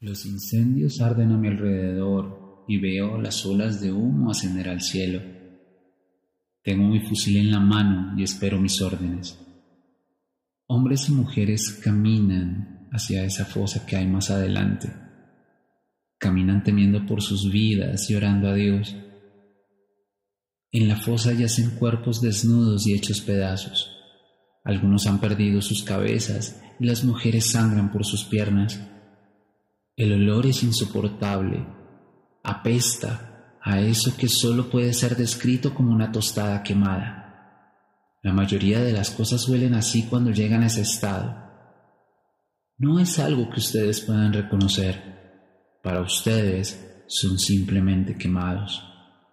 Los incendios arden a mi alrededor y veo las olas de humo ascender al cielo. Tengo mi fusil en la mano y espero mis órdenes. Hombres y mujeres caminan hacia esa fosa que hay más adelante. Caminan temiendo por sus vidas y orando a Dios. En la fosa yacen cuerpos desnudos y hechos pedazos. Algunos han perdido sus cabezas y las mujeres sangran por sus piernas. El olor es insoportable, apesta a eso que solo puede ser descrito como una tostada quemada. La mayoría de las cosas huelen así cuando llegan a ese estado. No es algo que ustedes puedan reconocer. Para ustedes son simplemente quemados.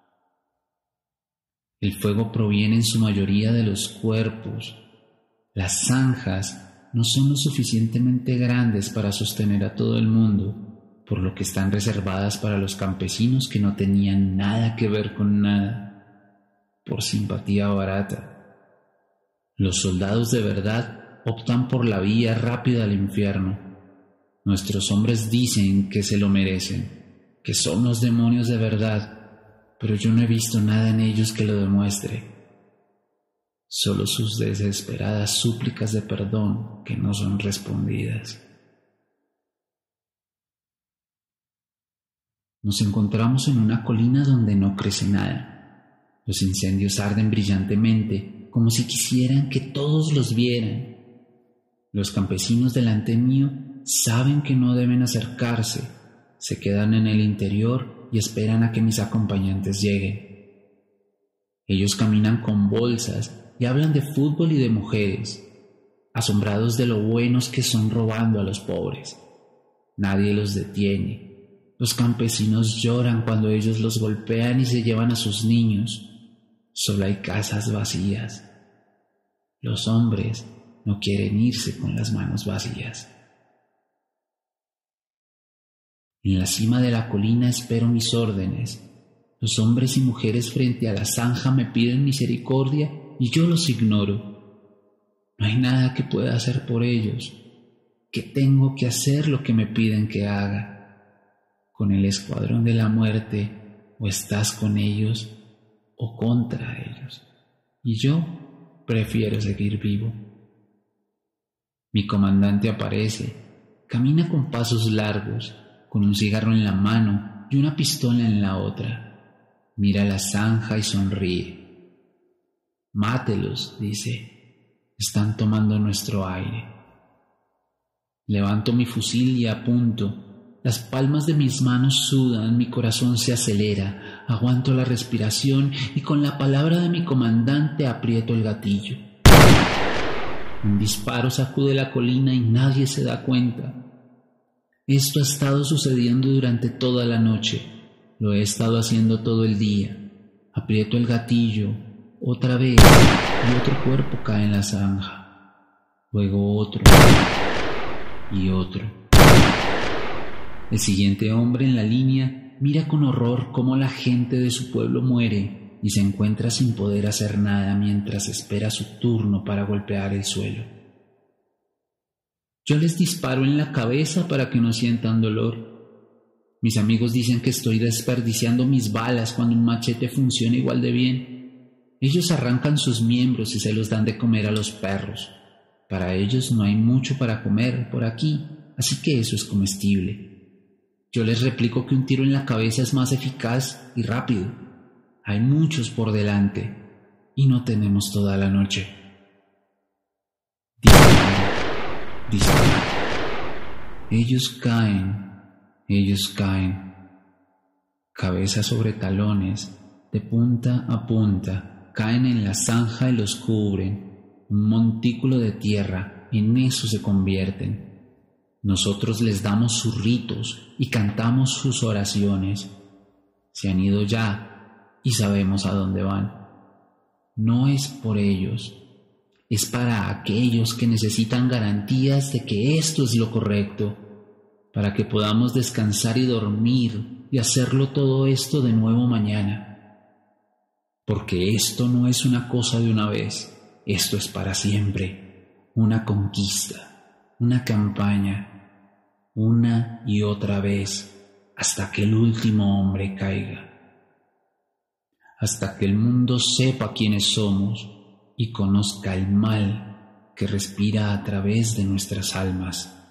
El fuego proviene en su mayoría de los cuerpos. Las zanjas no son lo suficientemente grandes para sostener a todo el mundo, por lo que están reservadas para los campesinos que no tenían nada que ver con nada, por simpatía barata. Los soldados de verdad optan por la vía rápida al infierno. Nuestros hombres dicen que se lo merecen, que son los demonios de verdad, pero yo no he visto nada en ellos que lo demuestre. Solo sus desesperadas súplicas de perdón que no son respondidas. Nos encontramos en una colina donde no crece nada. Los incendios arden brillantemente, como si quisieran que todos los vieran. Los campesinos delante mío saben que no deben acercarse, se quedan en el interior y esperan a que mis acompañantes lleguen. Ellos caminan con bolsas y hablan de fútbol y de mujeres, asombrados de lo buenos que son robando a los pobres. Nadie los detiene. Los campesinos lloran cuando ellos los golpean y se llevan a sus niños. Solo hay casas vacías. Los hombres no quieren irse con las manos vacías. En la cima de la colina espero mis órdenes. Los hombres y mujeres frente a la zanja me piden misericordia y yo los ignoro. No hay nada que pueda hacer por ellos, que tengo que hacer lo que me piden que haga. Con el escuadrón de la muerte, o estás con ellos o contra ellos, y yo prefiero seguir vivo. Mi comandante aparece, camina con pasos largos, con un cigarro en la mano y una pistola en la otra. Mira la zanja y sonríe. Mátelos, dice, están tomando nuestro aire. Levanto mi fusil y apunto. Las palmas de mis manos sudan, mi corazón se acelera, aguanto la respiración y con la palabra de mi comandante aprieto el gatillo. Un disparo sacude la colina y nadie se da cuenta. Esto ha estado sucediendo durante toda la noche. Lo he estado haciendo todo el día. Aprieto el gatillo. Otra vez, y otro cuerpo cae en la zanja. Luego otro, y otro. El siguiente hombre en la línea mira con horror cómo la gente de su pueblo muere y se encuentra sin poder hacer nada mientras espera su turno para golpear el suelo. Yo les disparo en la cabeza para que no sientan dolor. Mis amigos dicen que estoy desperdiciando mis balas cuando un machete funciona igual de bien. Ellos arrancan sus miembros y se los dan de comer a los perros. Para ellos no hay mucho para comer por aquí, así que eso es comestible. Yo les replico que un tiro en la cabeza es más eficaz y rápido. Hay muchos por delante y no tenemos toda la noche. Disparo. Ellos caen. Cabeza sobre talones, de punta a punta. Caen en la zanja y los cubren. Un montículo de tierra, en eso se convierten. Nosotros les damos sus ritos y cantamos sus oraciones. Se han ido ya y sabemos a dónde van. No es por ellos, es para aquellos que necesitan garantías de que esto es lo correcto, para que podamos descansar y dormir y hacerlo todo esto de nuevo mañana. Porque esto no es una cosa de una vez, esto es para siempre, una conquista, una campaña, una y otra vez, hasta que el último hombre caiga, hasta que el mundo sepa quiénes somos y conozca el mal que respira a través de nuestras almas.